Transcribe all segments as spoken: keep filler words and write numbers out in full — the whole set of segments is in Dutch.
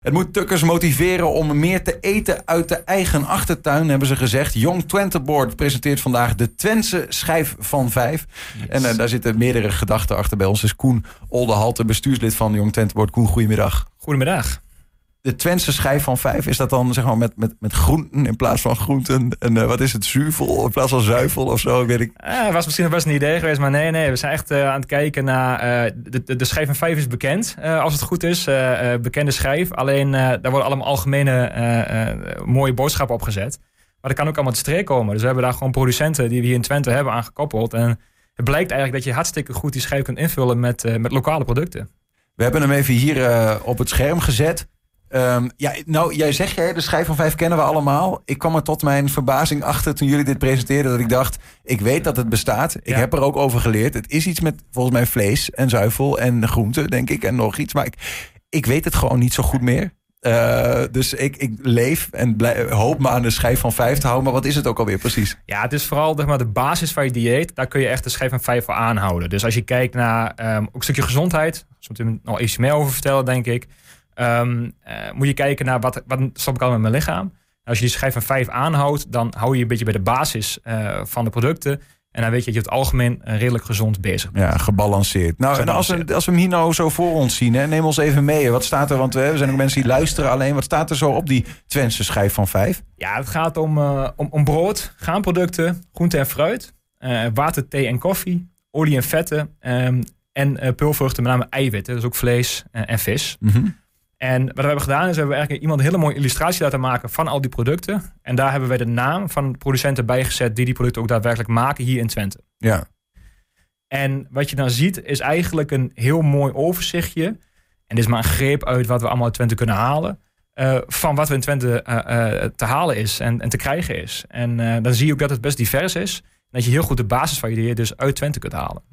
Het moet tukkers motiveren om meer te eten uit de eigen achtertuin, hebben ze gezegd. Jong Twente Board presenteert vandaag de Twentse schijf van vijf. Yes. En uh, daar zitten meerdere gedachten achter. Bij ons is Koen Oldehalte, bestuurslid van Jong Twente Board. Koen, goedemiddag. Goedemiddag. De Twentse schijf van vijf, is dat dan zeg maar met, met, met groenten in plaats van groenten? En uh, wat is het, zuivel in plaats van zuivel of zo? Weet ik. Het uh, was misschien best een idee geweest, maar nee, nee. We zijn echt uh, aan het kijken naar... Uh, de, de, de schijf van vijf is bekend, uh, als het goed is. Uh, uh, bekende schijf. Alleen, uh, daar worden allemaal algemene uh, uh, mooie boodschappen op gezet. Maar dat kan ook allemaal te streek komen. Dus we hebben daar gewoon producenten die we hier in Twente hebben aangekoppeld. En het blijkt eigenlijk dat je hartstikke goed die schijf kunt invullen met, uh, met lokale producten. We hebben hem even hier uh, op het scherm gezet. Um, ja, nou, jij zegt, hè, de schijf van vijf kennen we allemaal. Ik kwam er tot mijn verbazing achter toen jullie dit presenteerden, dat ik dacht, ik weet dat het bestaat. Ik ja. heb er ook over geleerd. Het is iets met volgens mij vlees en zuivel en groenten, denk ik, en nog iets. Maar ik, ik weet het gewoon niet zo goed meer. Uh, dus ik, ik leef en blij, hoop me aan de schijf van vijf te houden. Maar wat is het ook alweer precies? Ja, het is vooral zeg maar, de basis van je dieet. Daar kun je echt de schijf van vijf voor aanhouden. Dus als je kijkt naar um, ook een stukje gezondheid. Daar zullen we nog iets meer over vertellen, denk ik. Um, uh, moet je kijken naar wat, wat stop ik al met mijn lichaam. Als je die schijf van vijf aanhoudt, dan hou je je een beetje bij de basis uh, van de producten. En dan weet je dat je op het algemeen uh, redelijk gezond bezig bent. Ja, gebalanceerd. Nou, gebalanceerd. En als, we, als we hem hier nou zo voor ons zien, hè, neem ons even mee. Wat staat er? Want we, we zijn ook mensen die luisteren alleen. Wat staat er zo op die Twentse schijf van vijf? Ja, het gaat om, uh, om, om brood, graanproducten, groente en fruit, uh, water, thee en koffie, olie en vetten um, en uh, peulvruchten, met name eiwitten. Dus ook vlees uh, en vis. Mm-hmm. En wat we hebben gedaan is, we hebben eigenlijk iemand een hele mooie illustratie laten maken van al die producten. En daar hebben wij de naam van de producenten bijgezet die die producten ook daadwerkelijk maken hier in Twente. Ja. En wat je dan ziet is eigenlijk een heel mooi overzichtje. En dit is maar een greep uit wat we allemaal uit Twente kunnen halen. Uh, van wat we in Twente uh, uh, te halen is en, en te krijgen is. En uh, dan zie je ook dat het best divers is. En dat je heel goed de basis van je dieet dus uit Twente kunt halen.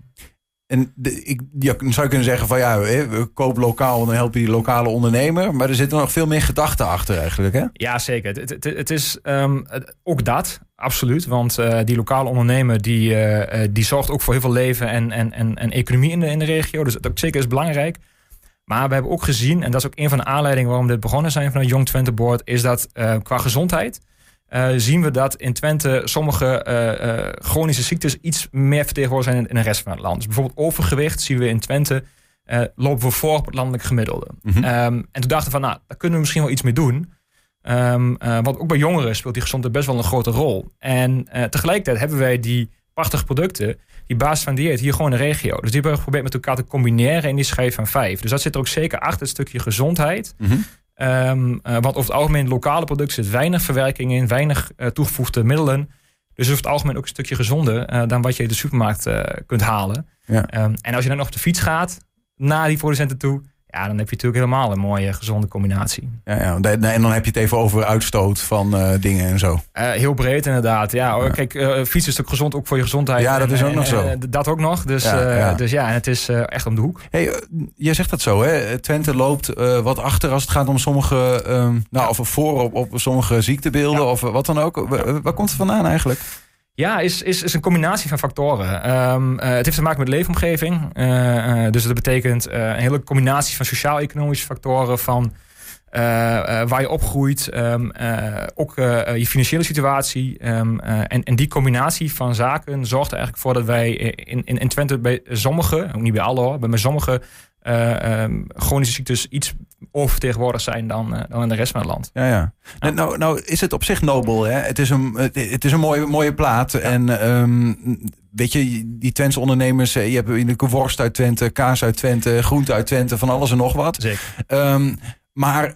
En de, ik ja, zou kunnen zeggen van ja, we kopen lokaal en dan help je die lokale ondernemer. Maar er zitten nog veel meer gedachten achter eigenlijk, hè? Ja, zeker. Het, het, het is um, ook dat, absoluut. Want uh, die lokale ondernemer die, uh, die zorgt ook voor heel veel leven en, en, en, en economie in de, in de regio. Dus dat zeker is belangrijk. Maar we hebben ook gezien, en dat is ook een van de aanleidingen waarom we dit begonnen zijn van het Jong Twente Board, is dat uh, qua gezondheid Uh, zien we dat in Twente sommige uh, uh, chronische ziektes iets meer vertegenwoordigd zijn in, in de rest van het land. Dus bijvoorbeeld overgewicht zien we in Twente, uh, lopen we voor op het landelijk gemiddelde. Mm-hmm. Um, en toen dachten we van, nou, daar kunnen we misschien wel iets mee doen. Um, uh, want ook bij jongeren speelt die gezondheid best wel een grote rol. En uh, tegelijkertijd hebben wij die prachtige producten, die basis van dieet, hier gewoon in de regio. Dus die hebben we geprobeerd met elkaar te combineren in die schijf van vijf. Dus dat zit er ook zeker achter het stukje gezondheid. Mm-hmm. Um, uh, want over het algemeen lokale producten zit weinig verwerking in, weinig uh, toegevoegde middelen. Dus over het algemeen ook een stukje gezonder uh, dan wat je in de supermarkt uh, kunt halen. Ja. Um, en als je dan nog op de fiets gaat naar die producenten toe, ja, dan heb je natuurlijk helemaal een mooie gezonde combinatie. Ja, ja, en dan heb je het even over uitstoot van uh, dingen en zo. Uh, heel breed inderdaad. Ja, ja. Kijk, uh, fietsen is ook gezond, ook voor je gezondheid. Ja, dat is ook en, nog zo. Uh, dat ook nog. Dus ja, uh, ja. Dus ja, en het is uh, echt om de hoek. Hey, uh, jij zegt dat zo, hè? Twente loopt uh, wat achter als het gaat om sommige, um, nou, ja. of voor op, op sommige ziektebeelden ja. of wat dan ook. Waar, waar komt het vandaan eigenlijk? Ja, is, is, is een combinatie van factoren. Um, uh, het heeft te maken met leefomgeving. Uh, uh, dus dat betekent uh, een hele combinatie van sociaal-economische factoren, van uh, uh, waar je opgroeit, um, uh, ook uh, je financiële situatie. Um, uh, en, en die combinatie van zaken zorgt er eigenlijk voor dat wij in, in, in Twente bij sommige, ook niet bij alle hoor, maar bij sommige uh, um, chronische ziektes iets oververtegenwoordigd zijn dan, uh, dan in de rest van het land. Ja, ja. Nou, nou, nou is het op zich nobel, hè? Het is een, het is een mooie, mooie plaat. Ja. En um, weet je, die Twentse ondernemers, je hebt in de worst uit Twente, kaas uit Twente, groente uit Twente, van alles en nog wat. Zeker. Um, maar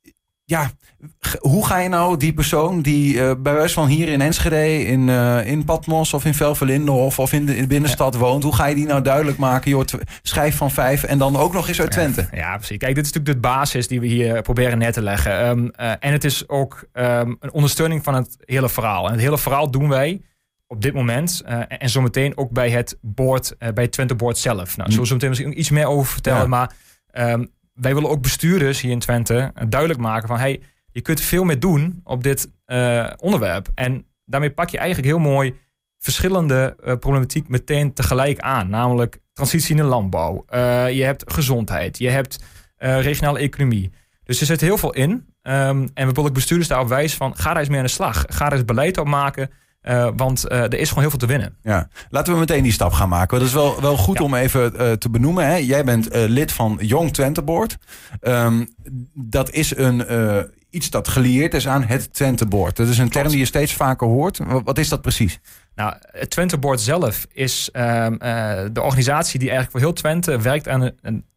ja, hoe ga je nou die persoon die uh, bij wijze van hier in Enschede, in, uh, in Patmos of in Velverlindenhof of in de, in de binnenstad ja. woont, hoe ga je die nou duidelijk maken? Joh, schijf van vijf en dan ook nog eens uit Twente. Ja, ja, precies. Kijk, dit is natuurlijk de basis die we hier proberen neer te leggen. Um, uh, en het is ook um, een ondersteuning van het hele verhaal. En het hele verhaal doen wij op dit moment uh, en zometeen ook bij het board, uh, bij het Twente Board zelf. Nou, zullen we zo meteen misschien iets meer over vertellen, ja. maar um, wij willen ook bestuurders hier in Twente duidelijk maken van, hey, je kunt veel meer doen op dit uh, onderwerp. En daarmee pak je eigenlijk heel mooi verschillende uh, problematiek meteen tegelijk aan. Namelijk transitie in de landbouw. Uh, je hebt gezondheid. Je hebt uh, regionale economie. Dus er zit heel veel in. Um, en we willen ook bestuurders daarop wijzen van... ga daar eens mee aan de slag. Ga er eens beleid op maken. Uh, want uh, er is gewoon heel veel te winnen. Ja. Laten we meteen die stap gaan maken. Dat is wel, wel goed ja. om even uh, te benoemen. Hè? Jij bent uh, lid van Young Twente Board. Um, dat is een, uh, iets dat gelieerd is aan het Twente Board. Dat is een term die je steeds vaker hoort. Wat is dat precies? Nou, het Twente Board zelf is uh, uh, de organisatie die eigenlijk voor heel Twente werkt aan een, een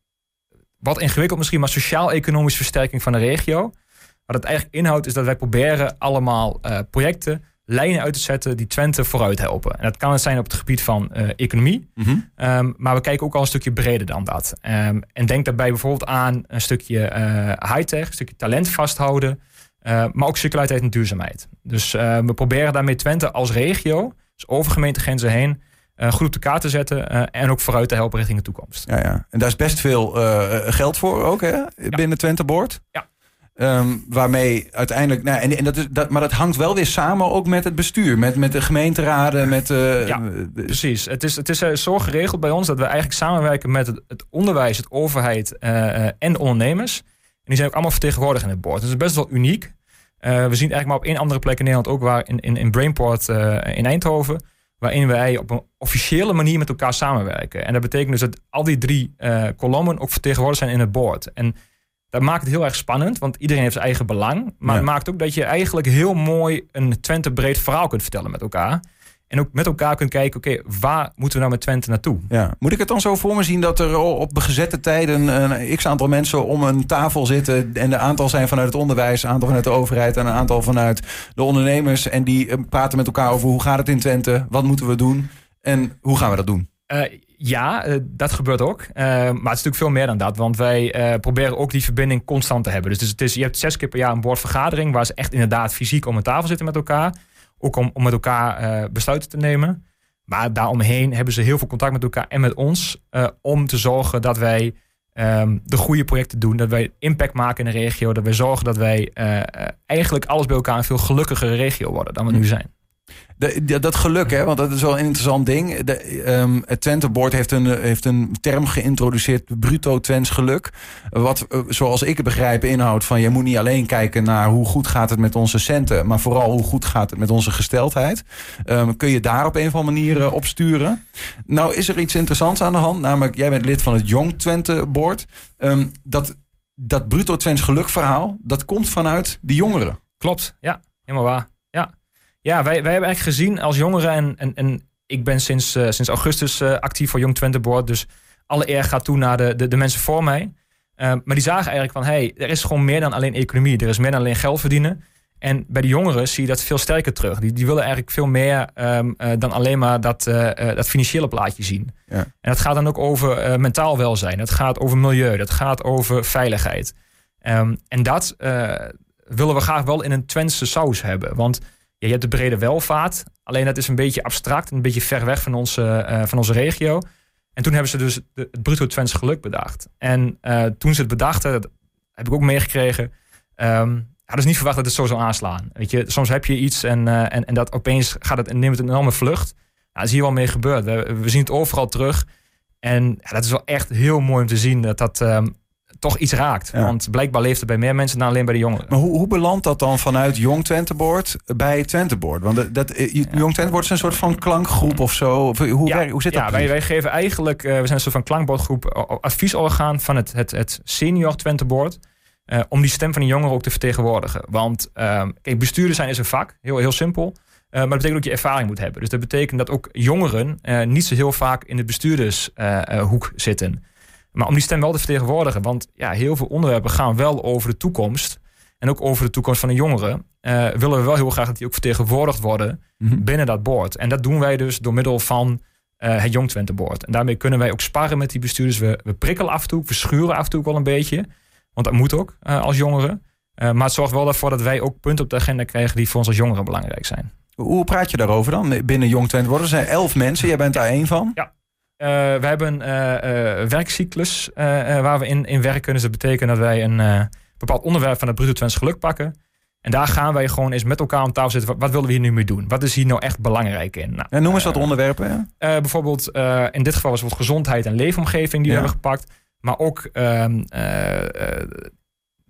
wat ingewikkeld misschien, maar sociaal-economische versterking van de regio. Wat het eigenlijk inhoudt is dat wij proberen allemaal uh, projecten, lijnen uit te zetten die Twente vooruit helpen. En dat kan het zijn op het gebied van uh, economie. Mm-hmm. Um, maar we kijken ook al een stukje breder dan dat. Um, en denk daarbij bijvoorbeeld aan een stukje uh, high-tech, een stukje talent vasthouden. Uh, maar ook circulariteit en duurzaamheid. Dus uh, we proberen daarmee Twente als regio, dus over gemeentegrenzen heen, Uh, goed op de kaart te zetten uh, en ook vooruit te helpen richting de toekomst. Ja, ja. En daar is best veel uh, geld voor ook, hè? Ja. Binnen Twente Board. Ja. Um, waarmee uiteindelijk... Nou, en, en dat is, dat, maar dat hangt wel weer samen ook met het bestuur. Met, met de gemeenteraden. Met, uh, ja, de, precies. Het is, het is uh, zo geregeld bij ons dat we eigenlijk samenwerken met het, het onderwijs, het overheid uh, uh, en de ondernemers. En die zijn ook allemaal vertegenwoordigd in het board. Dus het is best wel uniek. Uh, we zien het eigenlijk maar op één andere plek in Nederland ook, waar in, in, in Brainport uh, in Eindhoven, waarin wij op een officiële manier met elkaar samenwerken. En dat betekent dus dat al die drie uh, kolommen ook vertegenwoordigd zijn in het board. En dat maakt het heel erg spannend, want iedereen heeft zijn eigen belang. Maar ja. het maakt ook dat je eigenlijk heel mooi een Twente breed verhaal kunt vertellen met elkaar. En ook met elkaar kunt kijken, oké, okay, waar moeten we nou met Twente naartoe? Ja. Moet ik het dan zo voor me zien dat er op gezette tijden een x-aantal mensen om een tafel zitten en een aantal zijn vanuit het onderwijs, een aantal vanuit de overheid en een aantal vanuit de ondernemers en die praten met elkaar over hoe gaat het in Twente, wat moeten we doen en hoe gaan we dat doen? Uh, ja, uh, dat gebeurt ook. Uh, maar het is natuurlijk veel meer dan dat. Want wij uh, proberen ook die verbinding constant te hebben. Dus het is, je hebt zes keer per jaar een boordvergadering waar ze echt inderdaad fysiek om een tafel zitten met elkaar. Ook om, om met elkaar uh, besluiten te nemen. Maar daaromheen hebben ze heel veel contact met elkaar en met ons. Uh, om te zorgen dat wij um, de goede projecten doen. Dat wij impact maken in de regio. Dat wij zorgen dat wij uh, eigenlijk alles bij elkaar een veel gelukkigere regio worden dan we nu zijn. De, de, dat geluk, hè, want dat is wel een interessant ding. De, um, het Twente Board heeft een, heeft een term geïntroduceerd, bruto Twents geluk. Wat, uh, zoals ik het begrijp, inhoudt van je moet niet alleen kijken naar hoe goed gaat het met onze centen, maar vooral hoe goed gaat het met onze gesteldheid. Um, kun je daar op een of andere manier uh, op sturen? Nou is er iets interessants aan de hand, namelijk jij bent lid van het Young Twente Board. Um, dat, dat bruto Twents geluk verhaal, dat komt vanuit de jongeren. Klopt, ja, helemaal waar. Ja. Ja, wij, wij hebben eigenlijk gezien als jongeren, en, en, en ik ben sinds, uh, sinds augustus uh, actief voor Young Twente Board, dus alle eer gaat toe naar de, de, de mensen voor mij. Uh, maar die zagen eigenlijk van, hey, er is gewoon meer dan alleen economie, er is meer dan alleen geld verdienen. En bij de jongeren zie je dat veel sterker terug. Die, die willen eigenlijk veel meer um, uh, dan alleen maar dat, uh, uh, dat financiële plaatje zien. Ja. En dat gaat dan ook over uh, mentaal welzijn, dat gaat over milieu, dat gaat over veiligheid. Um, en dat uh, willen we graag wel in een Twentse saus hebben, want ja, je hebt de brede welvaart, alleen dat is een beetje abstract, een beetje ver weg van onze, uh, van onze regio. En toen hebben ze dus de, het bruto Twents geluk bedacht. En uh, toen ze het bedachten, dat heb ik ook meegekregen, um, hadden ze niet verwacht dat het zo zou aanslaan. Weet je, soms heb je iets en, uh, en, en dat opeens gaat het en neemt het een enorme vlucht. Nou, dat is hier wel mee gebeurd. We, we zien het overal terug. En ja, dat is wel echt heel mooi om te zien dat dat um, toch iets raakt. Ja. Want blijkbaar leeft het bij meer mensen dan alleen bij de jongeren. Maar hoe, hoe belandt dat dan vanuit Young Twente Board bij Twente Board? Want dat, dat, ja. Young Twente Board is een soort van klankgroep of zo. Of hoe, ja. werkt, hoe zit dat? Ja, wij, wij geven eigenlijk, uh, we zijn een soort van klankbordgroep, adviesorgaan van het, het, het senior Twente Board. Uh, om die stem van de jongeren ook te vertegenwoordigen. Want uh, kijk, bestuurder zijn is een vak, heel, heel simpel. Uh, maar dat betekent ook dat je ervaring moet hebben. Dus dat betekent dat ook jongeren uh, niet zo heel vaak in de bestuurdershoek uh, uh, zitten. Maar om die stem wel te vertegenwoordigen. Want ja, heel veel onderwerpen gaan wel over de toekomst. En ook over de toekomst van de jongeren. Uh, willen we wel heel graag dat die ook vertegenwoordigd worden mm-hmm. binnen dat board. En dat doen wij dus door middel van uh, het Young Twente Board. En daarmee kunnen wij ook sparren met die bestuurders. We, we prikkelen af en toe, we schuren af en toe ook wel een beetje. Want dat moet ook uh, als jongeren. Uh, maar het zorgt wel ervoor dat wij ook punten op de agenda krijgen die voor ons als jongeren belangrijk zijn. Hoe praat je daarover dan binnen Young Twente Board? Er zijn elf mensen, jij bent daar één van. Ja. Uh, we hebben een uh, uh, werkcyclus uh, uh, waar we in, in werken. Dus dat betekent dat wij een uh, bepaald onderwerp van het bruto Twents geluk pakken. En daar gaan wij gewoon eens met elkaar aan tafel zitten. Wat, wat willen we hier nu mee doen? Wat is hier nou echt belangrijk in? Nou, en noem eens wat uh, onderwerpen. Ja? Uh, bijvoorbeeld, uh, in dit geval was het gezondheid en leefomgeving die ja. we hebben gepakt. Maar ook uh, uh,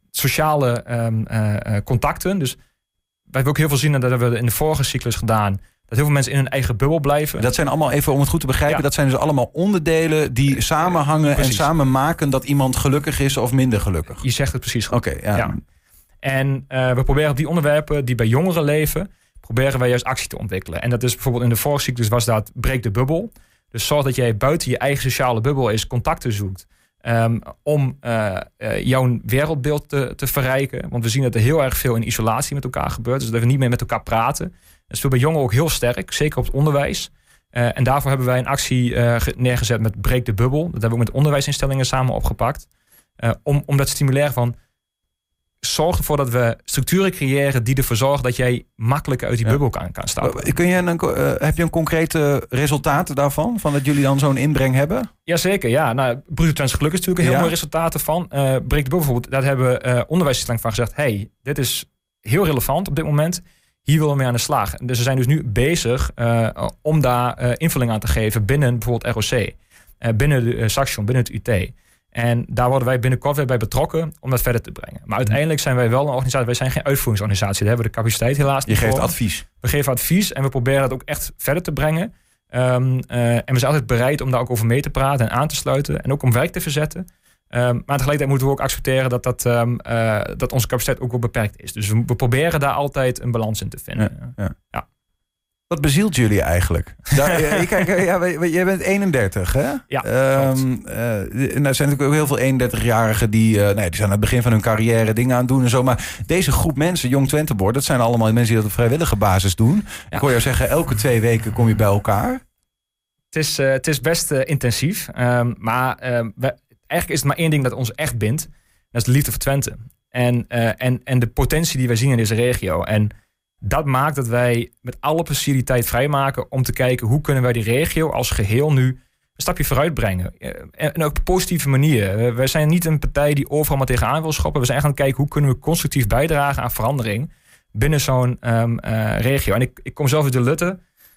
sociale um, uh, contacten. Dus wij hebben ook heel veel zien, en dat hebben we in de vorige cyclus gedaan, dat heel veel mensen in hun eigen bubbel blijven. Dat zijn allemaal, even om het goed te begrijpen, ja. dat zijn dus allemaal onderdelen die samenhangen precies. en samen maken dat iemand gelukkig is of minder gelukkig. Je zegt het precies goed. Oké, okay, ja. ja. En uh, we proberen op die onderwerpen die bij jongeren leven, proberen wij juist actie te ontwikkelen. En dat is bijvoorbeeld in de vorige cyclus was dat breek de bubbel. Dus zorg dat jij buiten je eigen sociale bubbel eens contacten zoekt. Um, om uh, uh, jouw wereldbeeld te, te verrijken. Want we zien dat er heel erg veel in isolatie met elkaar gebeurt. Dus dat we niet meer met elkaar praten. Dat speelt bij jongeren ook heel sterk. Zeker op het onderwijs. Uh, en daarvoor hebben wij een actie uh, neergezet met Breek de Bubbel. Dat hebben we ook met onderwijsinstellingen samen opgepakt. Uh, om, om dat te stimuleren van... Zorg ervoor dat we structuren creëren die ervoor zorgen dat jij makkelijker uit die ja. bubbel kan, kan stappen. Kun je een, uh, heb je een concrete resultaten daarvan? Van dat jullie dan zo'n inbreng hebben? Jazeker, ja. Nou, Bruto Twents Geluk is natuurlijk een heel ja. mooi resultaat ervan. Uh, Breek de Bubbel bijvoorbeeld, daar hebben uh, onderwijsinstellingen van gezegd... hey, dit is heel relevant op dit moment. Hier willen we mee aan de slag. Dus we zijn dus nu bezig uh, om daar uh, invulling aan te geven binnen bijvoorbeeld R O C. Uh, binnen de uh, Saxion, binnen het U T. En daar worden wij binnenkort weer bij betrokken om dat verder te brengen. Maar uiteindelijk zijn wij wel een organisatie. Wij zijn geen uitvoeringsorganisatie. Daar hebben we de capaciteit helaas niet voor. Je geeft voor. advies. We geven advies en we proberen dat ook echt verder te brengen. Um, uh, en we zijn altijd bereid om daar ook over mee te praten en aan te sluiten. En ook om werk te verzetten. Um, maar tegelijkertijd moeten we ook accepteren dat, dat, um, uh, dat onze capaciteit ook wel beperkt is. Dus we, we proberen daar altijd een balans in te vinden. Ja, ja. ja. Wat bezielt jullie eigenlijk? Daar, ja, kijk, ja, jij bent eenendertig, hè? Ja, um, uh, nou, er zijn natuurlijk ook heel veel eenendertigjarigen die, uh, nee, die zijn aan het begin van hun carrière dingen aan het doen en zo. Maar deze groep mensen, Jong Twente Board, dat zijn allemaal mensen die dat op vrijwillige basis doen. Ja. Ik hoor jou zeggen, elke twee weken kom je bij elkaar. Het is, uh, het is best uh, intensief. Um, maar uh, we, eigenlijk is het maar één ding dat ons echt bindt. Dat is de liefde voor Twente. En, uh, en, en de potentie die wij zien in deze regio. En dat maakt dat wij met alle plezier die tijd vrijmaken om te kijken hoe kunnen wij die regio als geheel nu een stapje vooruit brengen. En ook op een positieve manier. Wij zijn niet een partij die overal maar tegenaan wil schoppen. We zijn echt aan het kijken hoe kunnen we constructief bijdragen aan verandering binnen zo'n um, uh, regio. En ik, ik kom zelf uit de Lutte.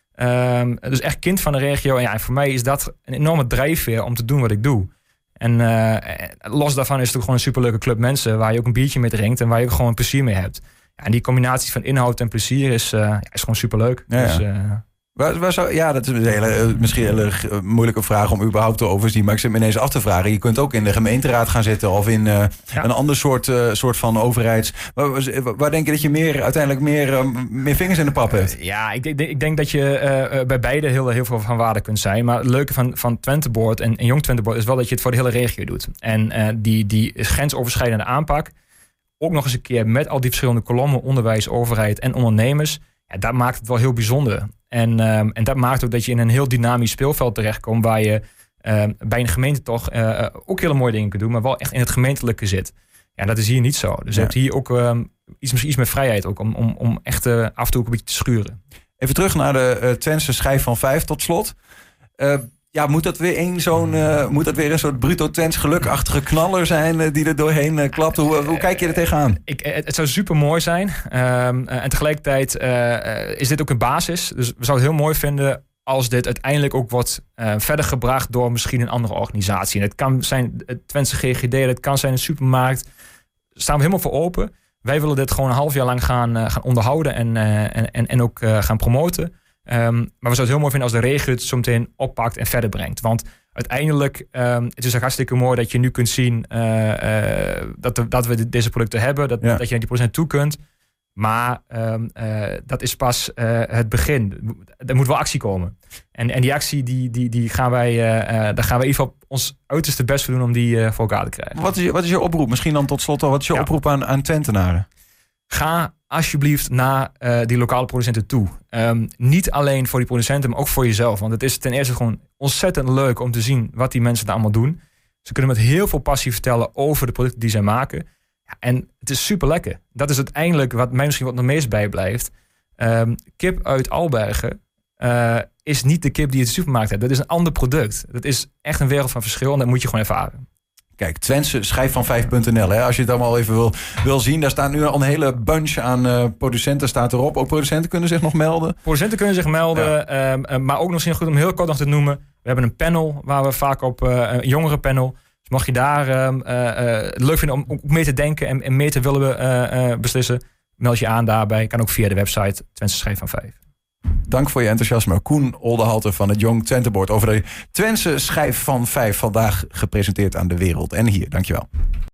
Um, dus echt kind van de regio. En ja, voor mij is dat een enorme drijfveer om te doen wat ik doe. En uh, los daarvan is het ook gewoon een superleuke club mensen waar je ook een biertje mee drinkt en waar je ook gewoon plezier mee hebt. Ja, en die combinatie van inhoud en plezier is, uh, ja, is gewoon superleuk. Ja, dus, uh, waar, waar zou, ja, dat is een hele, misschien een hele moeilijke vraag om überhaupt te overzien. Maar ik zit me ineens af te vragen. Je kunt ook in de gemeenteraad gaan zitten of in uh, ja. een ander soort, uh, soort van overheids. Waar, waar denk je dat je meer, uiteindelijk meer, uh, meer vingers in de pap hebt? Uh, ja, ik, ik, ik denk dat je uh, bij beide heel, heel veel van waarde kunt zijn. Maar het leuke van, van Twente Board en, en Jong Twente Board is wel dat je het voor de hele regio doet. En uh, die, die grensoverschrijdende aanpak, ook nog eens een keer met al die verschillende kolommen, onderwijs, overheid en ondernemers. Ja, dat maakt het wel heel bijzonder. En, um, en dat maakt ook dat je in een heel dynamisch speelveld terechtkomt, waar je um, bij een gemeente toch uh, ook hele mooie dingen kunt doen, maar wel echt in het gemeentelijke zit. Ja, dat is hier niet zo. Dus ja. je hebt hier ook um, iets, misschien iets meer vrijheid ook om, om, om echt uh, af en toe ook een beetje te schuren. Even terug naar de uh, Twentse schijf van vijf tot slot. Uh, Ja, moet dat weer een zo'n uh, moet dat weer een soort bruto Twents gelukachtige knaller zijn uh, die er doorheen uh, klapt? Hoe, hoe kijk je er tegenaan? Ik, het zou super mooi zijn. Um, uh, en tegelijkertijd uh, is dit ook een basis. Dus we zouden het heel mooi vinden als dit uiteindelijk ook wordt uh, verder gebracht door misschien een andere organisatie. En het kan zijn het Twentse G G D, het kan zijn een supermarkt. Daar staan we helemaal voor open. Wij willen dit gewoon een half jaar lang gaan, uh, gaan onderhouden en, uh, en, en, en ook uh, gaan promoten. Um, maar we zouden het heel mooi vinden als de regio het zo meteen oppakt en verder brengt. Want uiteindelijk um, het is het hartstikke mooi dat je nu kunt zien uh, uh, dat, de, dat we deze producten hebben. Dat, ja. dat je naar die procent toe kunt. Maar um, uh, dat is pas uh, het begin. Er moet wel actie komen. En, en die actie, die, die, die gaan wij, uh, uh, daar gaan we in ieder geval ons uiterste best voor doen om die uh, voor elkaar te krijgen. Wat is, je, wat is je oproep? Misschien dan tot slot al. Wat is je ja. oproep aan, aan Twentenaren? Ga alsjeblieft naar uh, die lokale producenten toe. Um, niet alleen voor die producenten, maar ook voor jezelf. Want het is ten eerste gewoon ontzettend leuk om te zien wat die mensen daar allemaal doen. Ze kunnen met heel veel passie vertellen over de producten die zij maken. Ja, en het is super lekker. Dat is uiteindelijk wat mij misschien wat nog meest bijblijft. Um, kip uit Albergen uh, is niet de kip die je in de supermarkt hebt. Dat is een ander product. Dat is echt een wereld van verschil en dat moet je gewoon ervaren. Kijk, Twentse schijf van vijf punt n l. Hè. Als je het allemaal even wil, wil zien. Daar staat nu al een hele bunch aan uh, producenten staat erop. Ook producenten kunnen zich nog melden. Producenten kunnen zich melden. Ja. Um, uh, maar ook nog misschien goed om heel kort nog te noemen. We hebben een panel waar we vaak op, uh, een jongerenpanel, Dus mocht je daar uh, uh, leuk vinden om ook mee te denken en, en mee te willen uh, uh, beslissen, meld je aan daarbij. Kan ook via de website Twentse Schijf van vijf. Dank voor je enthousiasme. Koen Oldehalter van het Jong Twente Board over de Twentse Schijf van vijf. Vandaag gepresenteerd aan de wereld. En hier, dankjewel.